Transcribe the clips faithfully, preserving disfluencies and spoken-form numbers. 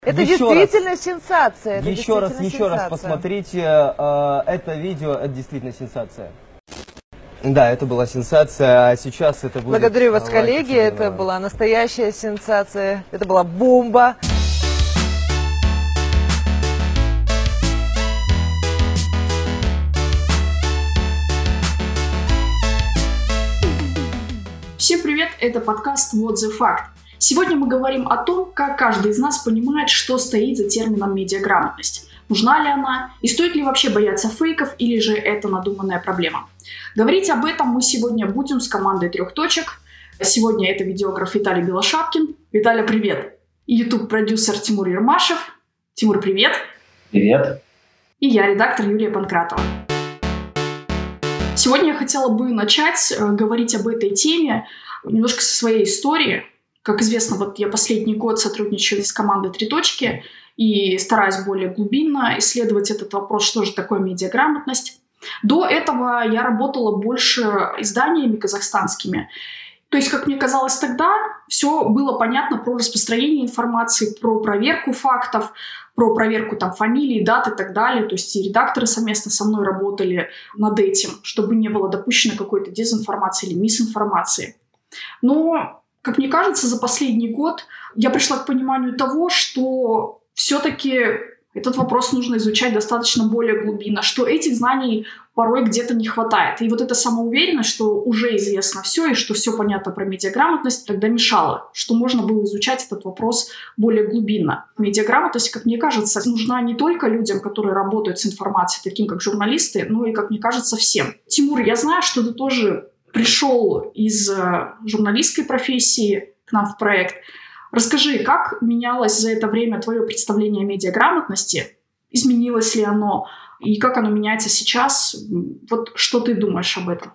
Это еще действительно раз, сенсация. Это еще раз, еще сенсация. раз посмотрите э, это видео, это действительно сенсация. Да, это была сенсация, а сейчас это будет... Благодарю вас, коллеги, это была настоящая сенсация, это была бомба. Всем привет, это подкаст What the Fact. Сегодня мы говорим о том, как каждый из нас понимает, что стоит за термином медиаграмотность. Нужна ли она, и стоит ли вообще бояться фейков, или же это надуманная проблема. Говорить об этом мы сегодня будем с командой трех точек. Сегодня это видеограф Виталий Белошапкин. Виталя, привет! И YouTube-продюсер Тимур Ермашев. Тимур, привет! Привет! И я, редактор Юлия Панкратова. Сегодня я хотела бы начать э, говорить об этой теме немножко со своей истории. Как известно, вот я последний год сотрудничаю с командой «Три точки» и стараюсь более глубинно исследовать этот вопрос, что же такое медиаграмотность. До этого я работала больше изданиями казахстанскими. То есть, как мне казалось тогда, все было понятно про распространение информации, про проверку фактов, про проверку там, фамилий, дат и так далее. То есть и редакторы совместно со мной работали над этим, чтобы не было допущено какой-то дезинформации или мисинформации. Но, как мне кажется, за последний год я пришла к пониманию того, что все-таки этот вопрос нужно изучать достаточно более глубинно, что этих знаний порой где-то не хватает. И вот эта самоуверенность, что уже известно все и что все понятно про медиаграмотность, тогда мешало, что можно было изучать этот вопрос более глубинно. Медиаграмотность, как мне кажется, нужна не только людям, которые работают с информацией, таким как журналисты, но и, как мне кажется, всем. Тимур, я знаю, что ты тоже пришел из журналистской профессии к нам в проект. Расскажи, как менялось за это время твое представление о медиаграмотности? Изменилось ли оно? И как оно меняется сейчас? Вот что ты думаешь об этом?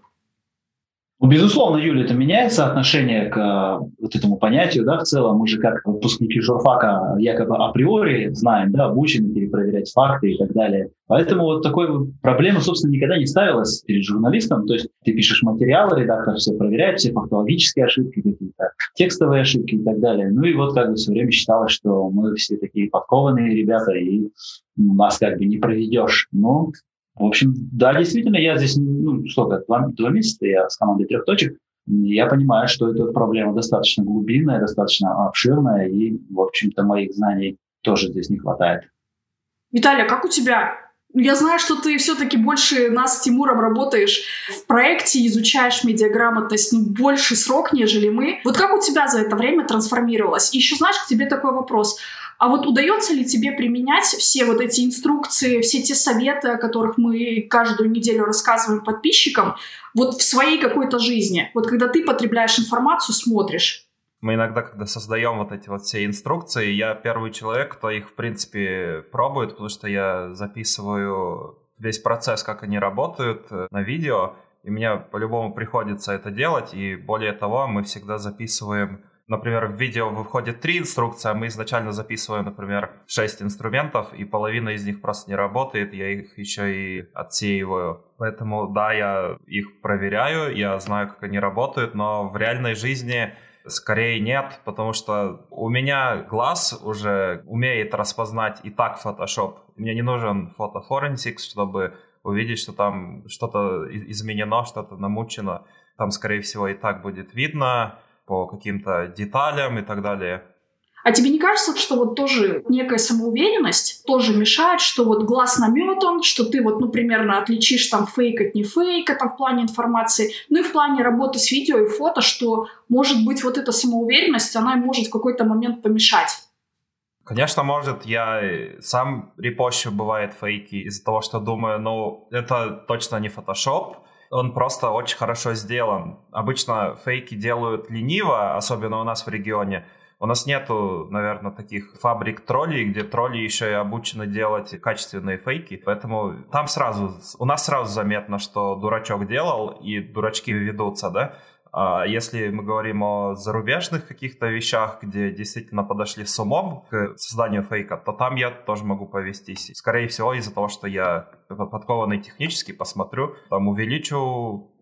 Ну, безусловно, Юля, это меняется отношение к э, вот этому понятию, да, в целом. Мы же как выпускники журфака якобы априори знаем, да, обучены перепроверять факты и так далее. Поэтому вот такой проблемы, собственно, никогда не ставилась перед журналистом. То есть ты пишешь материалы, редактор все проверяет, все фактологические ошибки какие-то, текстовые ошибки и так далее. Ну и вот как бы все время считалось, что мы все такие подкованные ребята, и нас как бы не проведешь. Ну, в общем, да, действительно, я здесь, ну, сколько, два, два месяца я с командой трех точек, я понимаю, что эта проблема достаточно глубинная, достаточно обширная, и, в общем-то, моих знаний тоже здесь не хватает. Виталя, как у тебя? Я знаю, что ты все-таки больше нас с Тимуром работаешь в проекте, изучаешь медиаграмотность, ну, больше срок, нежели мы. Вот как у тебя за это время трансформировалось? И еще, знаешь, к тебе такой вопрос. А вот удается ли тебе применять все вот эти инструкции, все те советы, о которых мы каждую неделю рассказываем подписчикам, вот в своей какой-то жизни? Вот когда ты потребляешь информацию, смотришь. Мы иногда, когда создаем вот эти вот все инструкции, я первый человек, кто их, в принципе, пробует, потому что я записываю весь процесс, как они работают, на видео, и мне по-любому приходится это делать, и более того, мы всегда записываем. Например, в видео выходит три инструкции, а мы изначально записываем, например, шесть инструментов, и половина из них просто не работает, я их еще и отсеиваю. Поэтому, да, я их проверяю, я знаю, как они работают, но в реальной жизни скорее нет, потому что у меня глаз уже умеет распознать и так Photoshop. Мне не нужен фотофоренсикс, чтобы увидеть, что там что-то изменено, что-то намучено. Там, скорее всего, и так будет видно по каким-то деталям и так далее. А тебе не кажется, что вот тоже некая самоуверенность тоже мешает, что вот глаз наметан, что ты вот, ну, примерно отличишь там фейк от не фейка там в плане информации, ну и в плане работы с видео и фото, что, может быть, вот эта самоуверенность, она может в какой-то момент помешать? Конечно, может. Я сам репощу, бывает, фейки из-за того, что думаю, ну, это точно не Photoshop. Он просто очень хорошо сделан. Обычно фейки делают лениво, особенно у нас в регионе. У нас нету, наверное, таких фабрик троллей, где тролли еще и обучены делать качественные фейки. Поэтому там сразу, у нас сразу заметно, что дурачок делал, и дурачки ведутся, да? А если мы говорим о зарубежных каких-то вещах, где действительно подошли с умом к созданию фейка, то там я тоже могу повестись. Скорее всего, из-за того, что я подкованный технически, посмотрю, там увеличу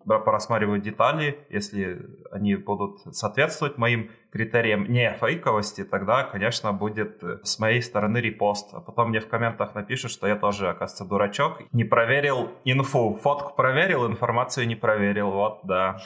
просматриваю детали, если они будут соответствовать моим критериям не фейковости, тогда, конечно, будет с моей стороны репост. А потом мне в комментах напишут, что я тоже, оказывается, дурачок. Не проверил инфу. Фотку проверил, информацию не проверил. Вот, да.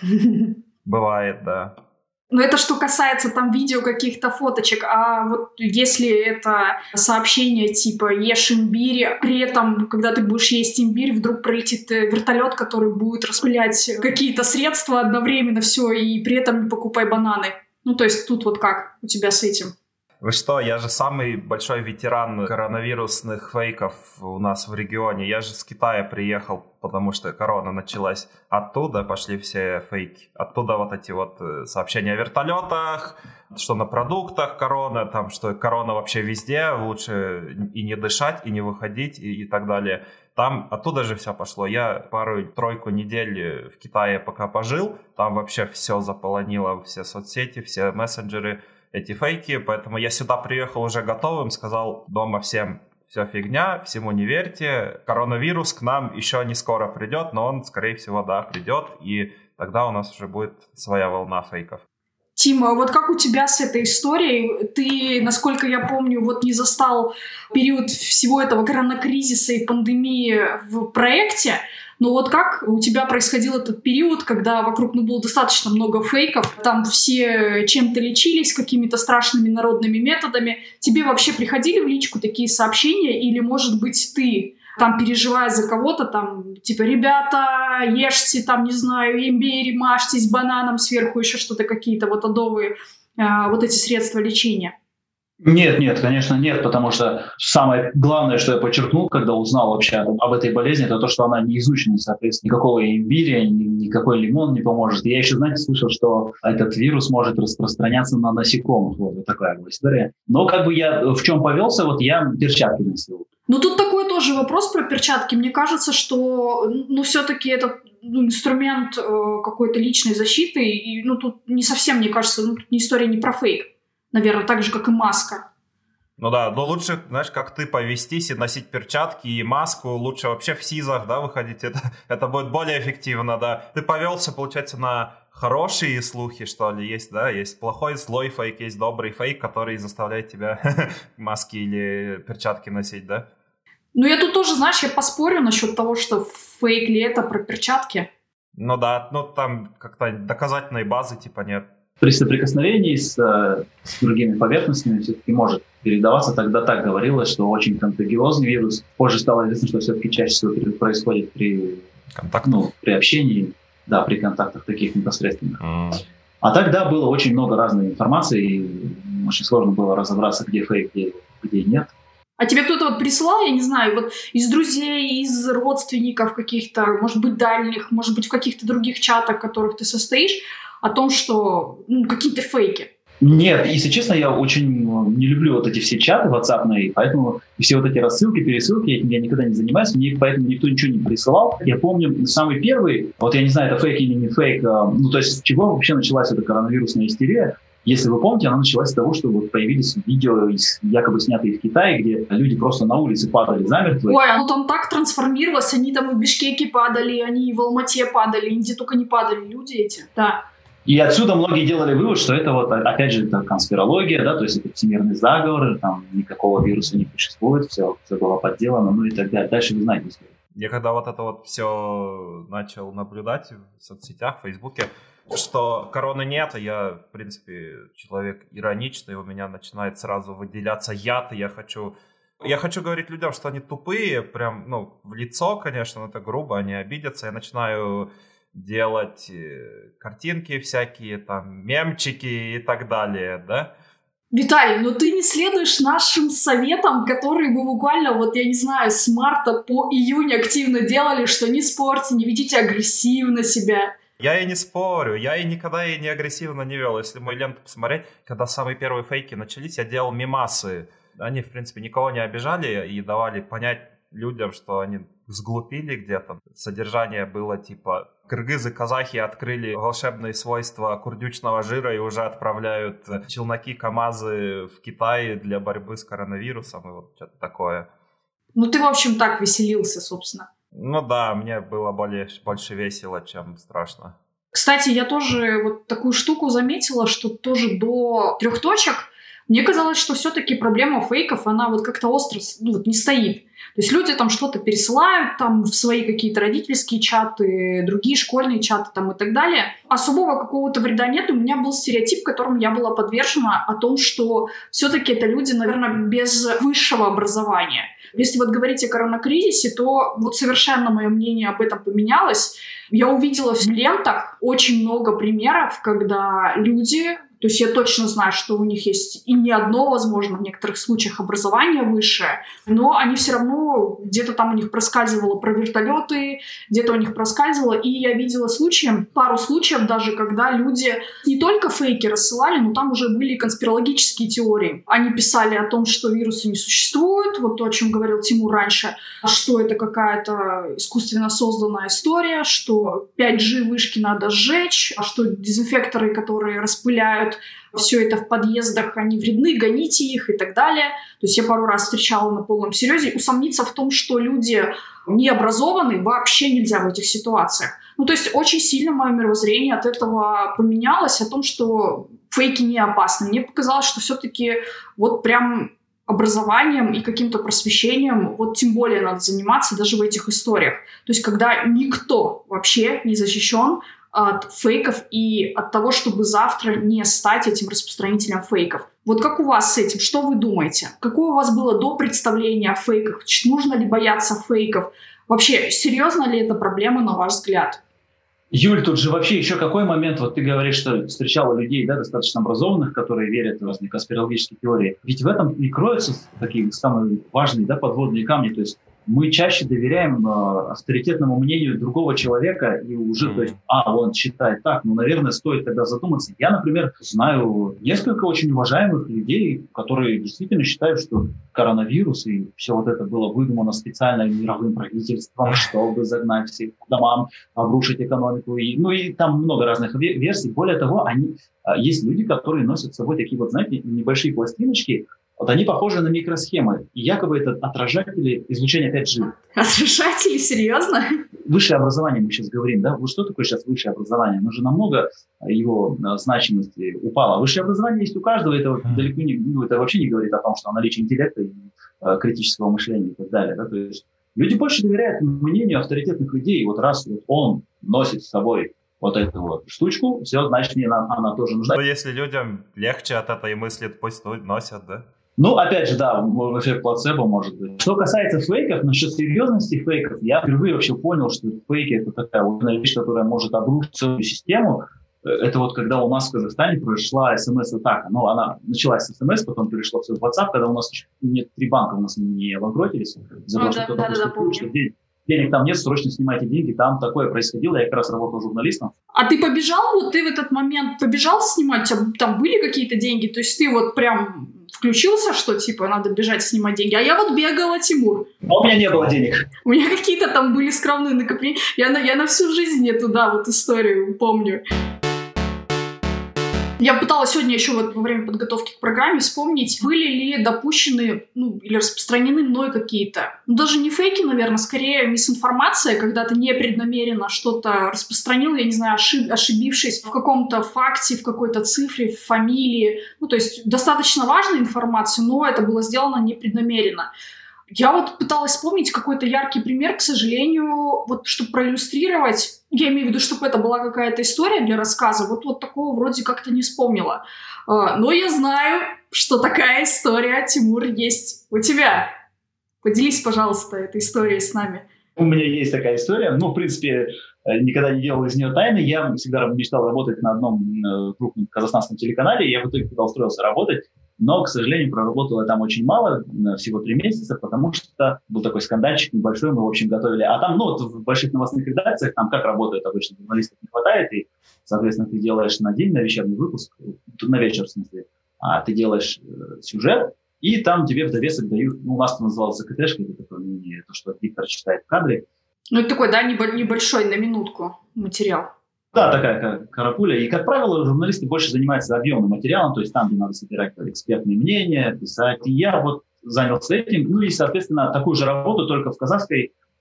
Бывает, да. Но это что касается там видео, каких-то фоточек, а вот если это сообщение типа «ешь имбирь», при этом, когда ты будешь есть имбирь, вдруг пролетит вертолет, который будет распылять какие-то средства одновременно, все, и при этом не покупай бананы. Ну, то есть тут вот как у тебя с этим? Вы что, я же самый большой ветеран коронавирусных фейков у нас в регионе. Я же с Китая приехал, потому что корона началась. Оттуда пошли все фейки. Оттуда вот эти вот сообщения о вертолетах, что на продуктах корона, там, что корона вообще везде, лучше и не дышать, и не выходить, и, и так далее. Там оттуда же все пошло. Я пару-тройку недель в Китае пока пожил, там вообще все заполонило, все соцсети, все мессенджеры, эти фейки, поэтому я сюда приехал уже готовым, сказал дома всем: все фигня, всему не верьте, коронавирус к нам еще не скоро придет, но он, скорее всего, да, придет, и тогда у нас уже будет своя волна фейков. Тима, вот как у тебя с этой историей? Ты, насколько я помню, вот не застал период всего этого коронакризиса и пандемии в проекте, но вот как у тебя происходил этот период, когда вокруг ну, было достаточно много фейков, там все чем-то лечились, какими-то страшными народными методами. Тебе вообще приходили в личку такие сообщения? Или, может быть, ты, там, переживая за кого-то, там, типа, ребята, ешьте, там, не знаю, имбирь, мажьтесь бананом сверху, еще что-то, какие-то вот адовые а, вот эти средства лечения? Нет, нет, конечно, нет, потому что самое главное, что я подчеркнул, когда узнал вообще об этой болезни, это то, что она не изучена, соответственно, никакого имбиря, никакой лимон не поможет. Я еще, знаете, слышал, что этот вирус может распространяться на насекомых. Вот, вот такая вот история. Но как бы я в чем повелся, вот я перчатки носил. Ну, тут такой тоже вопрос про перчатки. Мне кажется, что, ну, все-таки это ну, инструмент э, какой-то личной защиты, и, ну, тут не совсем, мне кажется, ну, тут история не про фейк. Наверное, так же, как и маска. Ну да, но лучше, знаешь, как ты повестись и носить перчатки и маску, лучше вообще в СИЗах, да, выходить, это, это будет более эффективно, да. Ты повелся, получается, на хорошие слухи, что ли, есть, да, есть плохой, злой фейк, есть добрый фейк, который заставляет тебя маски или перчатки носить, да. Ну я тут тоже, знаешь, я поспорю насчет того, что фейк ли это про перчатки. Ну да, ну там как-то доказательной базы типа нет. При соприкосновении с, с другими поверхностями все-таки может передаваться. Тогда так говорилось, что очень контагиозный вирус. Позже стало известно, что все-таки чаще всего происходит при, ну, при общении, да, при контактах таких непосредственных. Mm. А тогда было очень много разной информации, и очень сложно было разобраться, где фейк, где, где нет. А тебе кто-то вот присылал, я не знаю, вот из друзей, из родственников каких-то, может быть, дальних, может быть, в каких-то других чатах, в которых ты состоишь, о том, что ну, какие-то фейки? Нет, если честно, я очень не люблю вот эти все чаты ватсапные, поэтому все вот эти рассылки, пересылки, этим я никогда не занимаюсь, мне поэтому никто ничего не присылал. Я помню самый первый, вот я не знаю, это фейк или не фейк, ну то есть с чего вообще началась эта коронавирусная истерия. Если вы помните, она началась с того, что вот появились видео, якобы снятые в Китае, где люди просто на улице падали замертво. Ой, оно там так трансформировалось, они там в Бишкеке падали, они в Алмате падали, где только не падали люди эти, да. И отсюда многие делали вывод, что это вот, опять же, это конспирология, да, то есть это всемирный заговор, там никакого вируса не существует, все, все было подделано, ну и так далее. Дальше вы знаете историю. Я когда вот это вот все начал наблюдать в соцсетях, в Фейсбуке, что короны нет, я, в принципе, человек ироничный, у меня начинает сразу выделяться яд, и я хочу... Я хочу говорить людям, что они тупые, прям, ну, в лицо, конечно, это грубо, они обидятся, я начинаю делать картинки всякие, там, мемчики и так далее, да? Виталий, ну ты не следуешь нашим советам, которые мы буквально, вот я не знаю, с марта по июнь активно делали, что не спорьте, не ведите агрессивно себя. Я и не спорю, я и никогда и не агрессивно не вел. Если мою ленту посмотреть, когда самые первые фейки начались, я делал мемасы. Они, в принципе, никого не обижали и давали понять людям, что они сглупили где-то. Содержание было типа: кыргызы, казахи открыли волшебные свойства курдючного жира и уже отправляют челноки, КАМАЗы в Китай для борьбы с коронавирусом и вот что-то такое. Ну ты, в общем, так веселился, собственно. Ну да, мне было более, больше весело, чем страшно. Кстати, я тоже вот такую штуку заметила, что тоже до трех точек мне казалось, что все-таки проблема фейков, она вот как-то остро ну, вот не стоит. То есть люди там что-то пересылают там в свои какие-то родительские чаты, другие школьные чаты там и так далее. Особого какого-то вреда нет. У меня был стереотип, которому я была подвержена, о том, что все-таки это люди, наверное, без высшего образования. Если вот говорить о коронакризисе, то вот совершенно мое мнение об этом поменялось. Я увидела в лентах очень много примеров, когда люди... То есть я точно знаю, что у них есть и не одно, возможно, в некоторых случаях образование высшее, но они все равно, где-то там у них проскальзывало про вертолеты, где-то у них проскальзывало, и я видела случаи, пару случаев даже, когда люди не только фейки рассылали, но там уже были конспирологические теории. Они писали о том, что вирусы не существуют, вот то, о чем говорил Тимур раньше, что это какая-то искусственно созданная история, что пять джи вышки надо сжечь, что дезинфекторы, которые распыляют все это в подъездах, они вредны, гоните их и так далее. То есть я пару раз встречала на полном серьезе. Усомниться в том, что люди не образованы, вообще нельзя в этих ситуациях. Ну, то есть очень сильно мое мировоззрение от этого поменялось, о том, что фейки не опасны. Мне показалось, что все-таки вот прям образованием и каким-то просвещением вот тем более надо заниматься даже в этих историях. То есть когда никто вообще не защищен от фейков и от того, чтобы завтра не стать этим распространителем фейков. Вот как у вас с этим? Что вы думаете? Какое у вас было до представления о фейках? Нужно ли бояться фейков? Вообще, серьезно ли это проблема, на ваш взгляд? Юль, тут же вообще еще какой момент, вот ты говоришь, что встречала людей, да, достаточно образованных, которые верят в разные конспирологические теории. Ведь в этом и кроются такие самые важные, да, подводные камни. То есть мы чаще доверяем э, авторитетному мнению другого человека и уже, mm-hmm. то есть, а, он считает так, ну, наверное, стоит тогда задуматься. Я, например, знаю несколько очень уважаемых людей, которые действительно считают, что коронавирус и все вот это было выдумано специально мировым правительством, чтобы загнать всех к домам, обрушить экономику. И, ну и там много разных версий. Более того, они, есть люди, которые носят с собой такие вот, знаете, небольшие пластиночки. Вот они похожи на микросхемы. И якобы это отражатели излучения пять джи. Отражатели? Серьезно? Высшее образование мы сейчас говорим, да? Вот что такое сейчас высшее образование? Ну же намного его значимости упало. Высшее образование есть у каждого. Это вот далеко не, ну, это вообще не говорит о том, что о наличии интеллекта и э, критического мышления и так далее. Да? То есть люди больше доверяют мнению авторитетных людей. Вот раз вот он носит с собой вот эту вот штучку, все, значит, мне она, она тоже нужна. Ну, если людям легче от этой мысли, пусть носят, да? Ну, опять же, да, эффект плацебо может быть. Что касается фейков, насчет серьезности фейков, я впервые вообще понял, что фейки — это такая вот вещь, которая может обрушить целую систему. Это вот когда у нас в Казахстане прошла смс-атака. Ну, она началась с смс, потом перешла все в WhatsApp, когда у нас нет три банка, у нас не обанкротились. За то, что кто-то просто что денег там нет, срочно снимайте деньги. Там такое происходило, я как раз работал журналистом. А ты побежал, вот ты в этот момент побежал снимать, там были какие-то деньги? То есть ты вот прям включился, что типа надо бежать снимать деньги? А я вот бегала, Тимур. А у меня не было денег. У меня какие-то там были скромные накопления. Я на, я на всю жизнь эту, да, вот историю помню. Я пыталась сегодня еще вот во время подготовки к программе вспомнить, были ли допущены, ну, или распространены мной какие-то, ну, даже не фейки, наверное, скорее мисинформация, когда ты непреднамеренно что-то распространил, я не знаю, ошиб, ошибившись в каком-то факте, в какой-то цифре, в фамилии. Ну, то есть достаточно важная информация, но это было сделано непреднамеренно. Я вот пыталась вспомнить какой-то яркий пример, к сожалению, вот чтобы проиллюстрировать, я имею в виду, чтобы это была какая-то история для рассказа, вот, вот такого вроде как-то не вспомнила. Но я знаю, что такая история, Тимур, есть у тебя. Поделись, пожалуйста, этой историей с нами. У меня есть такая история. Ну, в принципе, никогда не делал из нее тайны. Я всегда мечтал работать на одном крупном казахстанском телеканале. Я в итоге туда устроился работать. Но, к сожалению, проработал я там очень мало, всего три месяца, потому что был такой скандальчик небольшой, мы, в общем, готовили. А там, ну, вот в больших новостных редакциях, там как работает обычно, журналистов не хватает, и, соответственно, ты делаешь на день, на вечерний выпуск, на вечер, в смысле, а ты делаешь э, сюжет, и там тебе в довесок дают, ну, у нас это называлось ЗКТшка, это такое, не то, что диктор читает в кадре. Ну, это такой, да, небольшой, на минутку материал. Да, такая карапуля. И, как правило, журналисты больше занимаются объемным материалом, то есть там, где надо собирать экспертные мнения, писать. И я вот занялся этим. Ну и, соответственно, такую же работу, только в казахской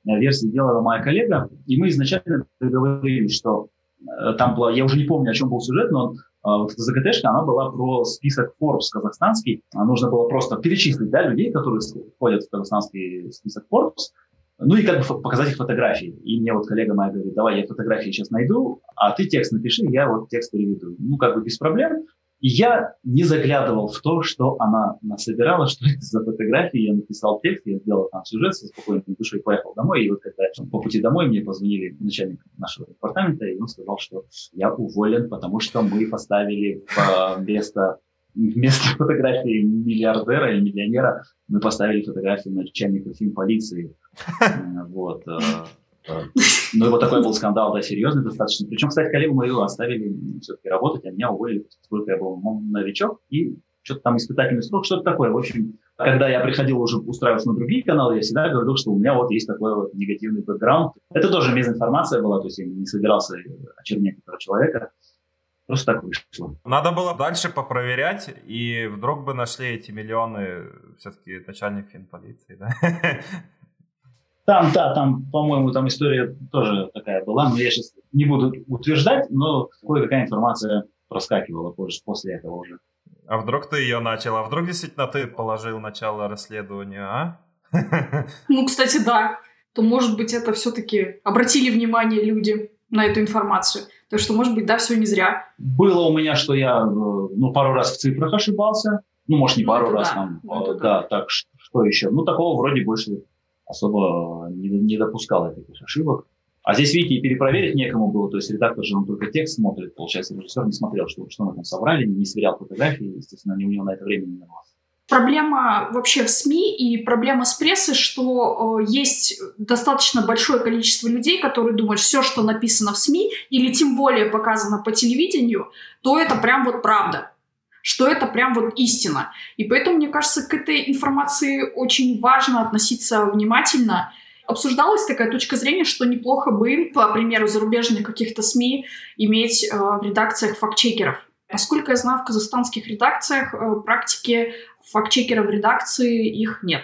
версии делала моя коллега, и мы изначально договорились, что э, там была, я уже не помню, о чем был сюжет, но э, вот эта ЗКТшка, она была про список Forbes казахстанский. А нужно было просто перечислить, да, людей, которые входят в казахстанский список Forbes, ну и как бы показать их фотографии. И мне вот коллега моя говорит, давай я фотографии сейчас найду, а ты текст напиши, я вот текст переведу. Ну как бы без проблем. И я не заглядывал в то, что она насобирала, что это за фотографии. Я написал текст, я сделал там сюжет со спокойной душой, поехал домой. И вот когда по пути домой мне позвонили начальник нашего департамента, и он сказал, что я уволен, потому что мы поставили вместо, вместо фотографии миллиардера или миллионера, мы поставили фотографию начальника финполиции. Вот. Ну, и вот такой был скандал, да, серьезный достаточно. Причем, кстати, коллегу мою оставили все-таки работать, а меня уволили, поскольку я был новичок, и что-то там испытательный срок, что-то такое. В общем, когда я приходил уже устраиваться на другие каналы, я всегда говорил, что у меня вот есть такой вот негативный бэкграунд. Это тоже мезинформация была, то есть я не собирался очернять этого человека. Просто так вышло. Надо было дальше попроверять, и вдруг бы нашли эти миллионы все-таки начальник финполиции, да? Там, да, там, по-моему, там история тоже такая была, но я сейчас не буду утверждать, но кое-какая информация проскакивала позже, после этого уже. А вдруг ты ее начал? А вдруг действительно ты положил начало расследованию, а? Ну, кстати, да. То, может быть, это все-таки обратили внимание люди на эту информацию. Так что, может быть, да, все не зря. Было у меня, что я, ну, пару раз в цифрах ошибался. Ну, может, не ну, пару раз, да. там, ну, да, да, так, что еще? Ну, такого вроде больше особо не, не допускал этих ошибок. А здесь, видите, перепроверить некому было, то есть редактор же он только текст смотрит, получается, режиссер не смотрел, что, что мы там собрали, не сверял фотографии, естественно, у него на это времени не было. Проблема вообще в СМИ и проблема с прессой, что э, есть достаточно большое количество людей, которые думают, все, что написано в СМИ или тем более показано по телевидению, то это прям вот правда. Что это прям вот истина. И поэтому, мне кажется, к этой информации очень важно относиться внимательно. Обсуждалась такая точка зрения, что неплохо бы, по примеру зарубежных каких-то СМИ, иметь э, в редакциях фактчекеров. Насколько я знаю, в казахстанских редакциях э, практики фактчекеров в редакции их нет.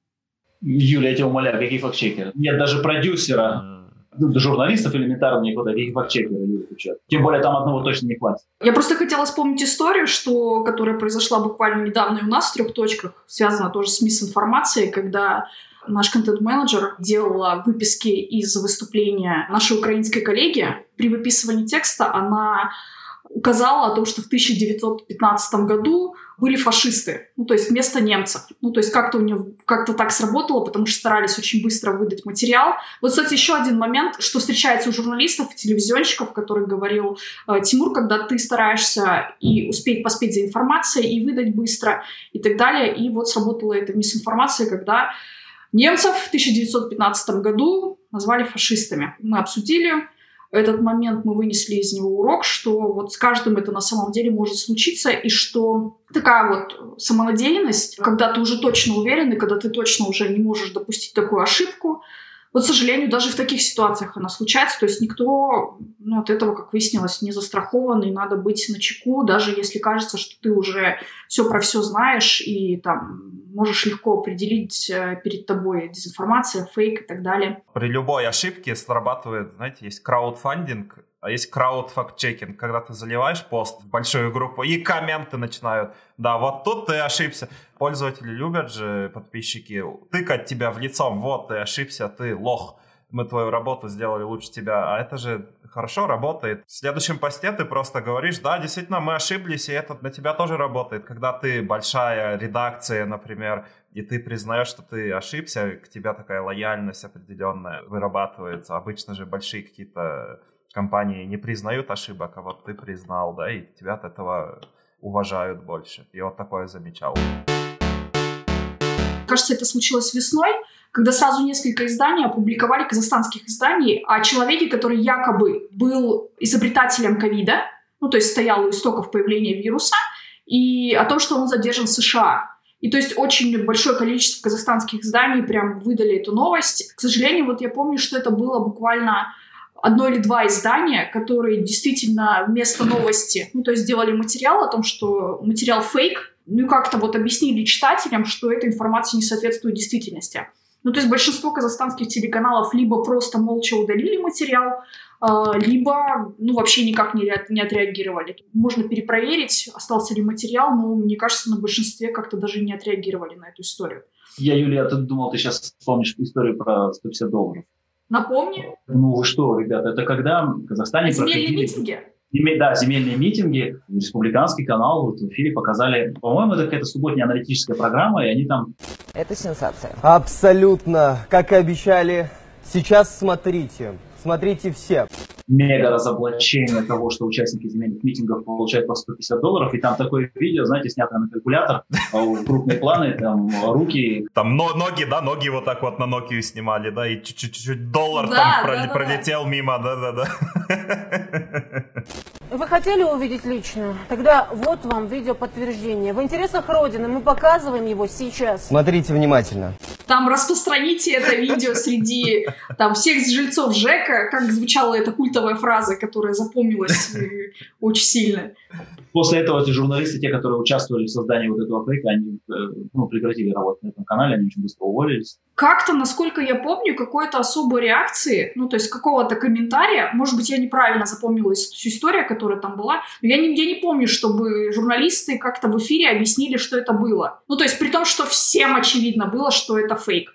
Юля, я тебя умоляю, какие фактчекеры? Нет даже продюсера. Журналистов элементарно никуда, какие фактчекеры. Тем более там одного точно не хватит. Я просто хотела вспомнить историю, что, которая произошла буквально недавно у нас в трех точках, связана тоже с мисинформацией, когда наш контент-менеджер делала выписки из выступления нашей украинской коллеги. При выписывании текста она указала о том, что в тысяча девятьсот пятнадцатом году были фашисты, ну, то есть вместо немцев. Ну, то есть как-то у нее как-то так сработало, потому что старались очень быстро выдать материал. Вот, кстати, еще один момент, что встречается у журналистов, телевизионщиков, который говорил э, Тимур, когда ты стараешься и успеть поспеть за информацией, и выдать быстро, и так далее. И вот сработала эта мисинформация, когда немцев в тысяча девятьсот пятнадцатом году назвали фашистами. Мы обсудили этот момент, мы вынесли из него урок, что вот с каждым это на самом деле может случиться, и что такая вот самонадеянность, когда ты уже точно уверен, и когда ты точно уже не можешь допустить такую ошибку, вот, к сожалению, даже в таких ситуациях она случается, то есть никто ну, от этого, как выяснилось, не застрахован, и надо быть начеку, даже если кажется, что ты уже все про все знаешь, и там можешь легко определить перед тобой дезинформация, фейк и так далее. При любой ошибке срабатывает, знаете, есть краудфандинг, а есть крауд-факт-чекинг, когда ты заливаешь пост в большую группу, и комменты начинают. Да, вот тут ты ошибся. Пользователи любят же, подписчики, тыкать тебя в лицом. Вот, ты ошибся, ты лох. Мы твою работу сделали лучше тебя. А это же хорошо работает. В следующем посте ты просто говоришь, да, действительно, мы ошиблись, и это на тебя тоже работает. Когда ты большая редакция, например, и ты признаешь, что ты ошибся, к тебе такая лояльность определенная вырабатывается. Обычно же большие какие-то компании не признают ошибок, а вот ты признал, да, и тебя от этого уважают больше. Я вот такое замечал. Кажется, это случилось весной, когда сразу несколько изданий опубликовали, казахстанских изданий, о человеке, который якобы был изобретателем ковида, ну, то есть стоял у истоков появления вируса, и о том, что он задержан в США. И то есть очень большое количество казахстанских изданий прям выдали эту новость. К сожалению, вот я помню, что это было буквально одно или два издания, которые действительно вместо новости, ну, то есть сделали материал о том, что материал фейк, ну и как-то вот объяснили читателям, что эта информация не соответствует действительности. Ну, то есть большинство казахстанских телеканалов либо просто молча удалили материал, либо ну, вообще никак не, ре- не отреагировали. Можно перепроверить, остался ли материал, но, мне кажется, на большинстве как-то даже не отреагировали на эту историю. Я, Юлия, ты думал, ты сейчас вспомнишь историю про сто пятьдесят долларов. Напомни. Ну вы что, ребята, это когда в Казахстане Земельные проходили... митинги? Зем- Да, земельные митинги. Республиканский канал вот в эфире показали, по-моему, это какая-то субботняя аналитическая программа, и они там... Это сенсация. Абсолютно, как и обещали. Сейчас смотрите, смотрите все. Мега разоблачение того, что участники земельных митингов получают по сто пятьдесят долларов, и там такое видео, знаете, снятое на калькулятор, крупные планы, там руки. Там но, ноги, да, ноги вот так вот на Nokia снимали, да, и чуть-чуть доллар Да, там да, проли- да, пролетел да. мимо, да-да-да. Вы хотели увидеть лично? Тогда вот вам видеоподтверждение. В интересах Родины мы показываем его сейчас. Смотрите внимательно. Там распространите это видео среди там, всех жильцов ЖЭКа, как звучала эта культовая фраза, которая запомнилась э, очень сильно. После этого эти журналисты, те, которые участвовали в создании вот этого фейка, они э, ну, прекратили работать на этом канале, они очень быстро уволились. Как-то, насколько я помню, какой-то особой реакции, ну, то есть какого-то комментария, может быть, я неправильно запомнила всю историю, которая там была, но я не, я не помню, чтобы журналисты как-то в эфире объяснили, что это было. Ну, то есть при том, что всем очевидно было, что это фейк.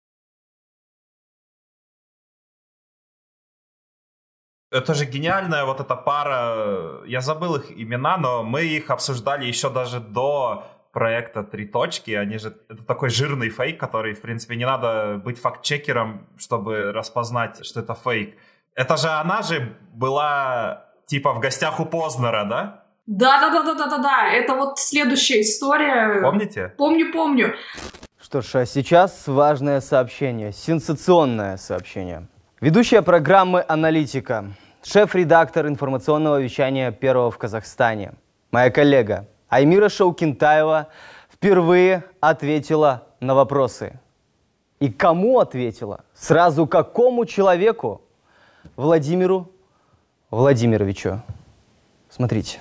Это же гениальная вот эта пара, я забыл их имена, но мы их обсуждали еще даже до проекта «Три точки». Они же, это такой жирный фейк, который, в принципе, не надо быть факт-чекером, чтобы распознать, что это фейк. Это же она же была типа в гостях у Познера, да? Да-да-да-да-да-да, это вот следующая история. Помните? Помню, помню. Что ж, а сейчас важное сообщение, сенсационное сообщение. Ведущая программы «Аналитика», шеф-редактор информационного вещания Первого в Казахстане, моя коллега Аймира Шаукентаева впервые ответила на вопросы. И кому ответила? Сразу какому человеку? Владимиру Владимировичу. Смотрите.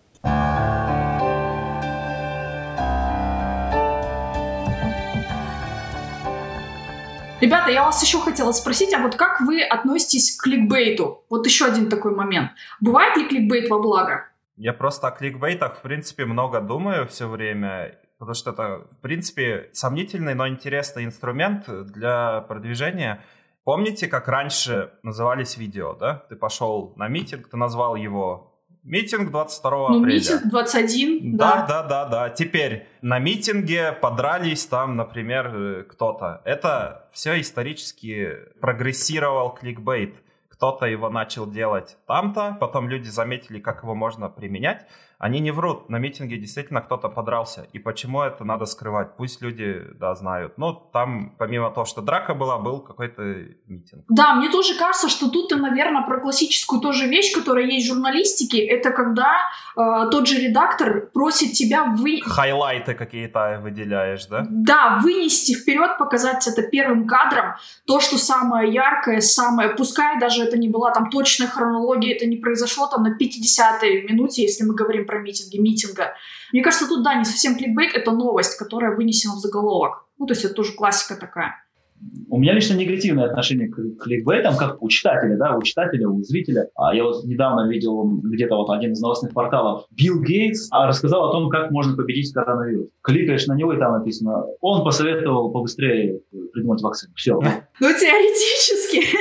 Ребята, я вас еще хотела спросить, а вот как вы относитесь к кликбейту? Вот еще один такой момент. Бывает ли кликбейт во благо? Я просто о кликбейтах, в принципе, много думаю все время, потому что это, в принципе, сомнительный, но интересный инструмент для продвижения. Помните, как раньше назывались видео, да? Ты пошел на митинг, ты назвал его «Митинг двадцать второго Ну, апреля». митинг двадцать один, Да, да. да, да, да. Теперь на митинге подрались там, например, кто-то. Это все исторически прогрессировал кликбейт. Кто-то его начал делать там-то, потом люди заметили, как его можно применять. Они не врут, на митинге действительно кто-то подрался. И почему это надо скрывать? Пусть люди, да, знают. Ну, там, помимо того, что драка была, был какой-то митинг. Да, мне тоже кажется, что тут ты, наверное, про классическую тоже вещь, которая есть в журналистике. Это когда э, тот же редактор просит тебя вы... Хайлайты какие-то выделяешь, да? Да, вынести вперед, показать это первым кадром. То, что самое яркое, самое... Пускай даже это не была там точная хронология, это не произошло там на пятидесятой минуте, если мы говорим про митинги, митинга. Мне кажется, тут, да, не совсем кликбейт, это новость, которая вынесена в заголовок. Ну, то есть это тоже классика такая. У меня лично негативное отношение к кликбейтам, как у читателя, да, у читателя, у зрителя. А я вот недавно видел где-то вот один из новостных порталов. Билл Гейтс рассказал о том, как можно победить коронавирус. Кликаешь на него, и там написано, он посоветовал побыстрее придумать вакцину. Все. Ну, теоретически.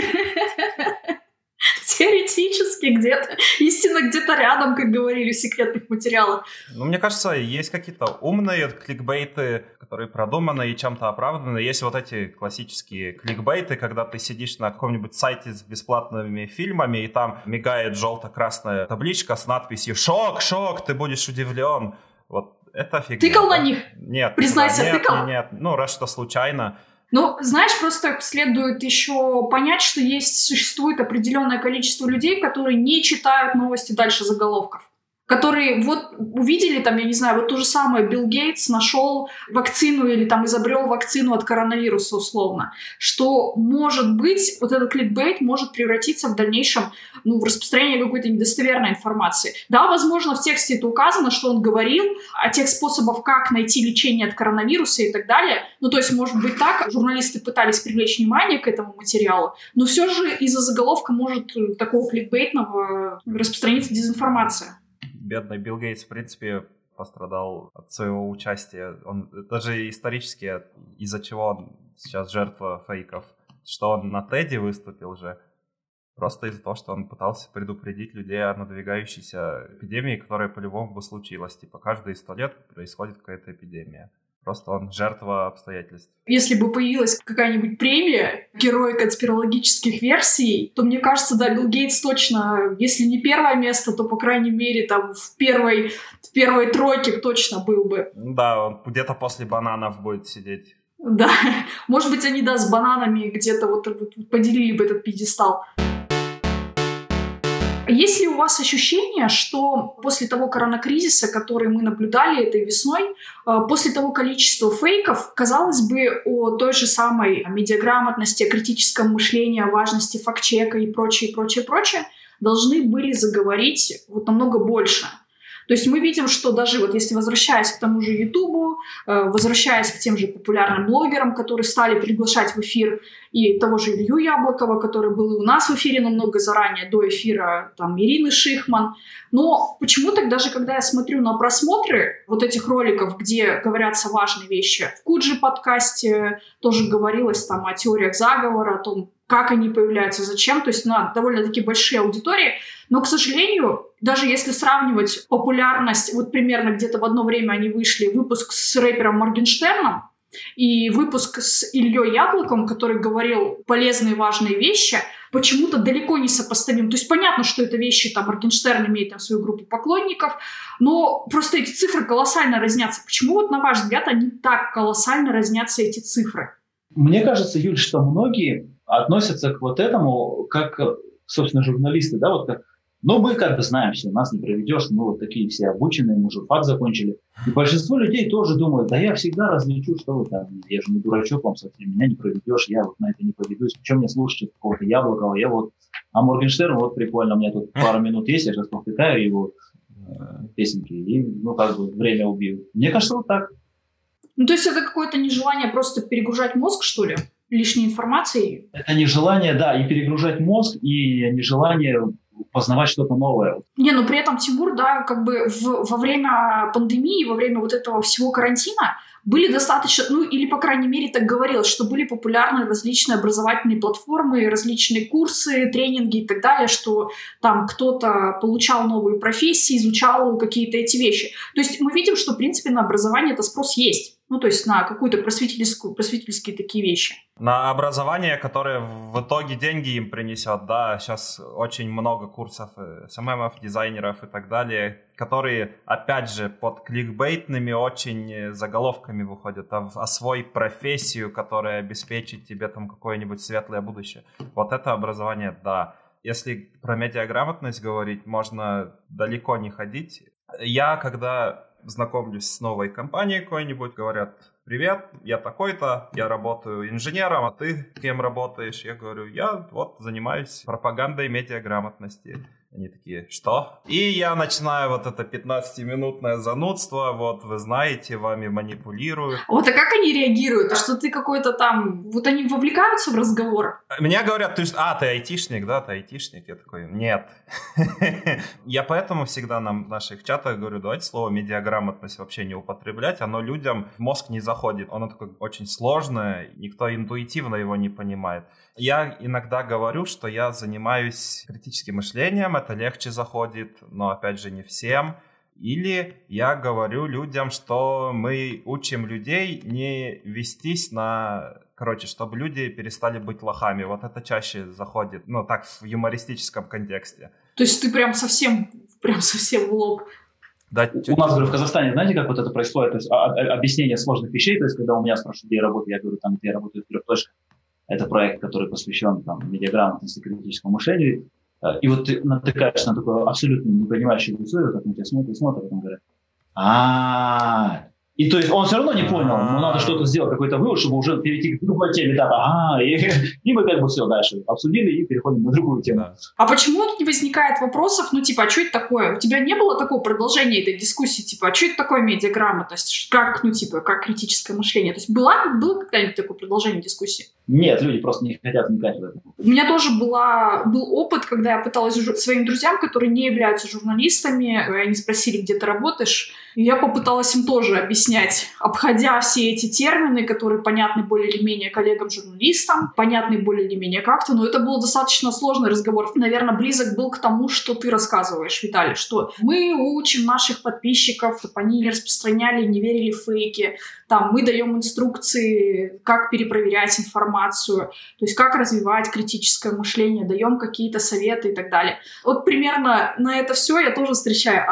Теоретически где-то. Истина где-то рядом, как говорили в секретных материалах. Ну, мне кажется, есть какие-то умные кликбейты, которые продуманы и чем-то оправданы. Есть вот эти классические кликбейты, когда ты сидишь на каком-нибудь сайте с бесплатными фильмами, и там мигает желто-красная табличка с надписью «Шок, шок, ты будешь удивлен». Вот это фигня. Тыкал да? на них? Нет. Признайся, нет, тыкал? Нет, нет, ну, раз что случайно. Ну, знаешь, просто следует еще понять, что есть, существует определенное количество людей, которые не читают новости дальше заголовков, которые вот увидели там, я не знаю, вот то же самое, Билл Гейтс нашел вакцину или там изобрел вакцину от коронавируса условно, что может быть вот этот кликбейт может превратиться в дальнейшем ну, в распространение какой-то недостоверной информации. Да, возможно, в тексте это указано, что он говорил о тех способах, как найти лечение от коронавируса и так далее. Ну, то есть, может быть так, журналисты пытались привлечь внимание к этому материалу, но все же из-за заголовка может такого кликбейтного распространиться дезинформация. Бедный Билл Гейтс, в принципе, пострадал от своего участия. Он даже исторически, из-за чего он сейчас жертва фейков, что он на Теди выступил же, просто из-за того, что он пытался предупредить людей о надвигающейся эпидемии, которая по-любому бы случилась. Типа каждые сто лет происходит какая-то эпидемия. Просто он жертва обстоятельств. Если бы появилась какая-нибудь премия «Герой конспирологических версий», то, мне кажется, да, Билл Гейтс точно, если не первое место, то, по крайней мере, там в первой, в первой тройке точно был бы. Да, он где-то после бананов будет сидеть. Да, может быть, они, да, с бананами где-то вот, вот поделили бы этот пьедестал. Есть ли у вас ощущение, что после того коронакризиса, который мы наблюдали этой весной, после того количества фейков, казалось бы, о той же самой медиаграмотности, о критическом мышлении, о важности фактчека и прочее, прочее, прочее, должны были заговорить вот намного больше? То есть мы видим, что даже вот если возвращаясь к тому же Ютубу, возвращаясь к тем же популярным блогерам, которые стали приглашать в эфир, и того же Илью Яблокова, который был и у нас в эфире намного заранее, до эфира там, Ирины Шихман. Но почему-то даже когда я смотрю на просмотры вот этих роликов, где говорятся важные вещи, в Куджи подкасте тоже говорилось там о теориях заговора, о том, как они появляются, зачем, то есть на довольно-таки большие аудитории. Но, к сожалению, даже если сравнивать популярность, вот примерно где-то в одно время они вышли, выпуск с рэпером Моргенштерном и выпуск с Ильей Яблоковым, который говорил полезные, важные вещи, почему-то далеко не сопоставим. То есть понятно, что это вещи, там, Моргенштерн имеет там свою группу поклонников, но просто эти цифры колоссально разнятся. Почему, вот, на ваш взгляд, они так колоссально разнятся, эти цифры? Мне кажется, Юль, что многие относятся к вот этому, как, собственно, журналисты, да, вот как, ну, мы как бы знаем все, нас не проведешь, мы вот такие все обученные, мы журфак закончили. И большинство людей тоже думают, да я всегда различу, что вы там, я же не дурачок вам совсем, меня не проведешь, я вот на это не поведусь, причем мне слушать какого-то Яблокова, я вот, а Моргенштерн, вот прикольно, у меня тут пару минут есть, я сейчас повтыкаю его э, песенки и, ну, как бы время убью. Мне кажется, вот так. Ну, то есть это какое-то нежелание просто перегружать мозг, что ли, лишней информацией? Это нежелание, да, и перегружать мозг, и нежелание познавать что-то новое. Не, но при этом, Тимур, да, как бы в, во время пандемии, во время вот этого всего карантина были достаточно, ну или, по крайней мере, так говорилось, что были популярны различные образовательные платформы, различные курсы, тренинги и так далее, что там кто-то получал новые профессии, изучал какие-то эти вещи. То есть мы видим, что, в принципе, на образование это спрос есть. Ну, то есть на какую-то просветительскую, просветительские такие вещи. На образование, которое в итоге деньги им принесет, да, сейчас очень много курсов эс эм эм-ов, дизайнеров и так далее, которые, опять же, под кликбейтными очень заголовками выходят, а освой профессию, которая обеспечит тебе там какое-нибудь светлое будущее. Вот это образование, да. Если про медиаграмотность говорить, можно далеко не ходить. Я, когда знакомлюсь с новой компанией какой-нибудь, говорят: привет, я такой-то, я работаю инженером, а ты кем работаешь? Я говорю: я вот занимаюсь пропагандой медиаграмотности. Они такие: что? И я начинаю вот это пятнадцатиминутное занудство, вот вы знаете, вами манипулируют. Вот, а как они реагируют? А что ты какой-то там... Вот они вовлекаются в разговор? Меня говорят: ты, а, ты айтишник, да, ты айтишник? Я такой: нет. Я поэтому всегда нам в наших чатах говорю: давайте слово медиаграмотность вообще не употреблять, оно людям в мозг не заходит. Оно такое очень сложное, никто интуитивно его не понимает. Я иногда говорю, что я занимаюсь критическим мышлением, это легче заходит, но опять же не всем. Или я говорю людям, что мы учим людей не вестись на... Короче, чтобы люди перестали быть лохами. Вот это чаще заходит, ну так, в юмористическом контексте. То есть ты прям совсем, прям совсем в лоб. Да, у нас, говорю, в Казахстане, знаете, как вот это происходит? То есть а, а, объяснение сложных вещей, то есть когда у меня спрашивают, где я работаю, я говорю, там, где я работаю в трех точках. Это проект, который посвящен там, медиаграмотности, критическому мышлению. И вот ты натыкаешься на такое абсолютно непонимающее лицо, и вот так на тебя смотрит, смотрит, и он говорит, а И то есть он все равно не понял, ему надо что-то сделать, какой-то вывод, чтобы уже перейти к другой теме. Да, а, и, и мы как бы все дальше обсудили и переходим на другую тему. А почему не возникает вопросов, ну типа, а что это такое? У тебя не было такого продолжения этой дискуссии, типа, а что это такое медиаграмотность? Как, ну типа, как критическое мышление? То есть была, было когда-нибудь такое продолжение дискуссии? Нет, люди просто не хотят вникать в это. У меня тоже была, был опыт, когда я пыталась своим друзьям, которые не являются журналистами, они спросили, где ты работаешь, и я попыталась им тоже объяснять, обходя все эти термины, которые понятны более или менее коллегам-журналистам, понятны более или менее как-то, но это был достаточно сложный разговор. Наверное, близок был к тому, что ты рассказываешь, Виталий, что мы учим наших подписчиков, чтобы они не распространяли, не верили в фейки, там, мы даем инструкции, как перепроверять информацию, то есть как развивать критическое мышление, даем какие-то советы и так далее. Вот примерно на это все я тоже встречаю.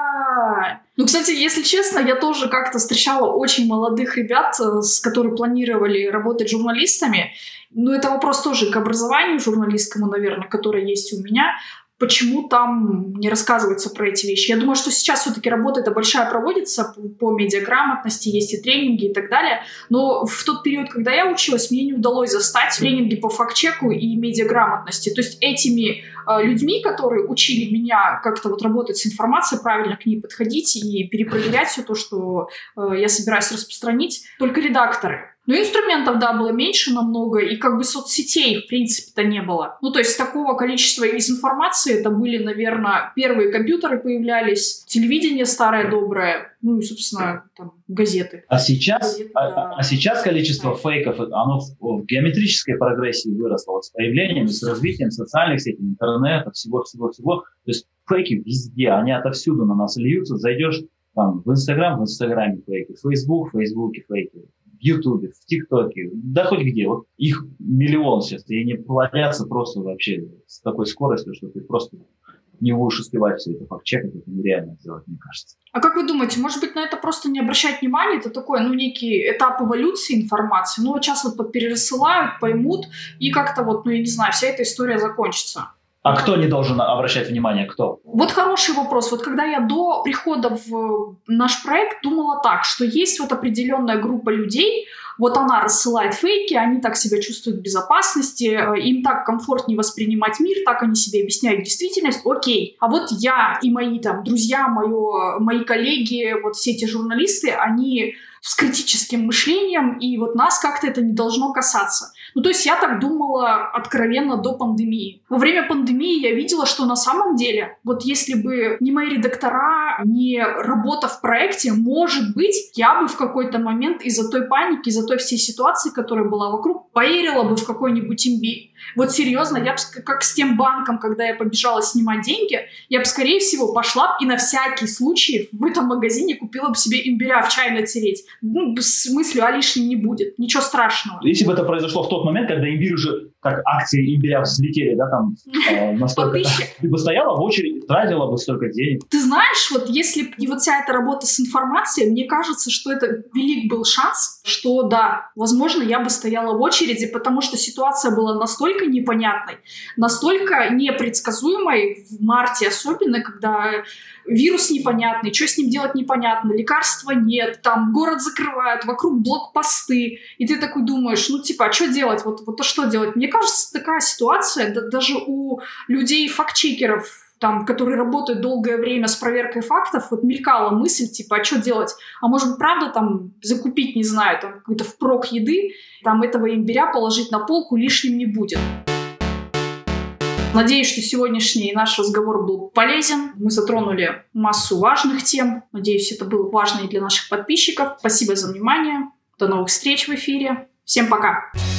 А-а-а. Ну, кстати, если честно, я тоже как-то встречала очень молодых ребят, с которые планировали работать журналистами. Но это вопрос тоже к образованию журналистскому, наверное, которое есть у меня. Почему там не рассказывается про эти вещи? Я думаю, что сейчас все-таки работа эта большая проводится по, по медиаграмотности, есть и тренинги и так далее. Но в тот период, когда я училась, мне не удалось застать тренинги по фактчеку и медиаграмотности. То есть этими э, людьми, которые учили меня как-то вот работать с информацией, правильно к ней подходить и перепроверять все то, что э, я собираюсь распространить, только редакторы. Но инструментов, да, было меньше намного, и как бы соцсетей, в принципе-то, не было. Ну, то есть такого количества из информации, это были, наверное, первые компьютеры появлялись, телевидение старое, доброе, ну и, собственно, там, газеты. А сейчас, газеты, а, да. а сейчас количество да. фейков, оно в, в геометрической прогрессии выросло. Вот с появлением, с развитием социальных сетей, интернета, всего-всего-всего. То есть фейки везде, они отовсюду на нас льются. Зайдешь там, в Инстаграм, в Инстаграме фейки, в Фейсбук, в Фейсбуке фейки. В Ютубе, в ТикТоке, да хоть где. Вот их миллион сейчас, и они плодятся просто вообще с такой скоростью, что ты просто не будешь успевать все это факт-чекать, это нереально сделать, мне кажется. А как вы думаете, может быть, на это просто не обращать внимания? Это такой, ну, некий этап эволюции информации. Ну, вот сейчас вот перерассылают, поймут, и как-то вот, ну, я не знаю, вся эта история закончится. А кто не должен обращать внимание? Кто? Вот хороший вопрос. Вот когда я до прихода в наш проект думала так, что есть вот определенная группа людей, вот она рассылает фейки, они так себя чувствуют в безопасности, им так комфортнее воспринимать мир, так они себе объясняют действительность, окей. А вот я и мои там друзья, моё, мои коллеги, вот все эти журналисты, они с критическим мышлением, и вот нас как-то это не должно касаться. Ну, то есть я так думала откровенно до пандемии. Во время пандемии я видела, что на самом деле, вот если бы не мои редактора, не работа в проекте, может быть, я бы в какой-то момент из-за той паники, из-за той всей ситуации, которая была вокруг, поверила бы в какой-нибудь имбирь. Вот серьезно, я бы, как с тем банком, когда я побежала снимать деньги, я бы, скорее всего, пошла и на всякий случай в этом магазине купила бы себе имбиря в чай натереть. Ну, с мыслью, а лишнем не будет. Ничего страшного. Если бы это произошло в тот момент, когда имбирь уже, как акции имбиря взлетели, да, там, э, настолько... Ты бы стояла в очереди, тратила бы столько денег. Ты знаешь, вот если и вот вся эта работа с информацией, мне кажется, что это велик был шанс, что да, возможно, я бы стояла в очереди, потому что ситуация была настолько непонятной, настолько непредсказуемой в марте особенно, когда вирус непонятный, что с ним делать непонятно, лекарства нет, там город закрывают, вокруг блокпосты, и ты такой думаешь, ну типа, а что делать, вот, вот а что делать? Мне кажется, такая ситуация, да, даже у людей фактчекеров, там, которые работают долгое время с проверкой фактов, вот мелькала мысль, типа, а что делать? А может быть, правда, там, закупить, не знаю, там, какой-то впрок еды, там, этого имбиря положить на полку лишним не будет. Надеюсь, что сегодняшний наш разговор был полезен. Мы затронули массу важных тем. Надеюсь, это было важно и для наших подписчиков. Спасибо за внимание. До новых встреч в эфире. Всем пока!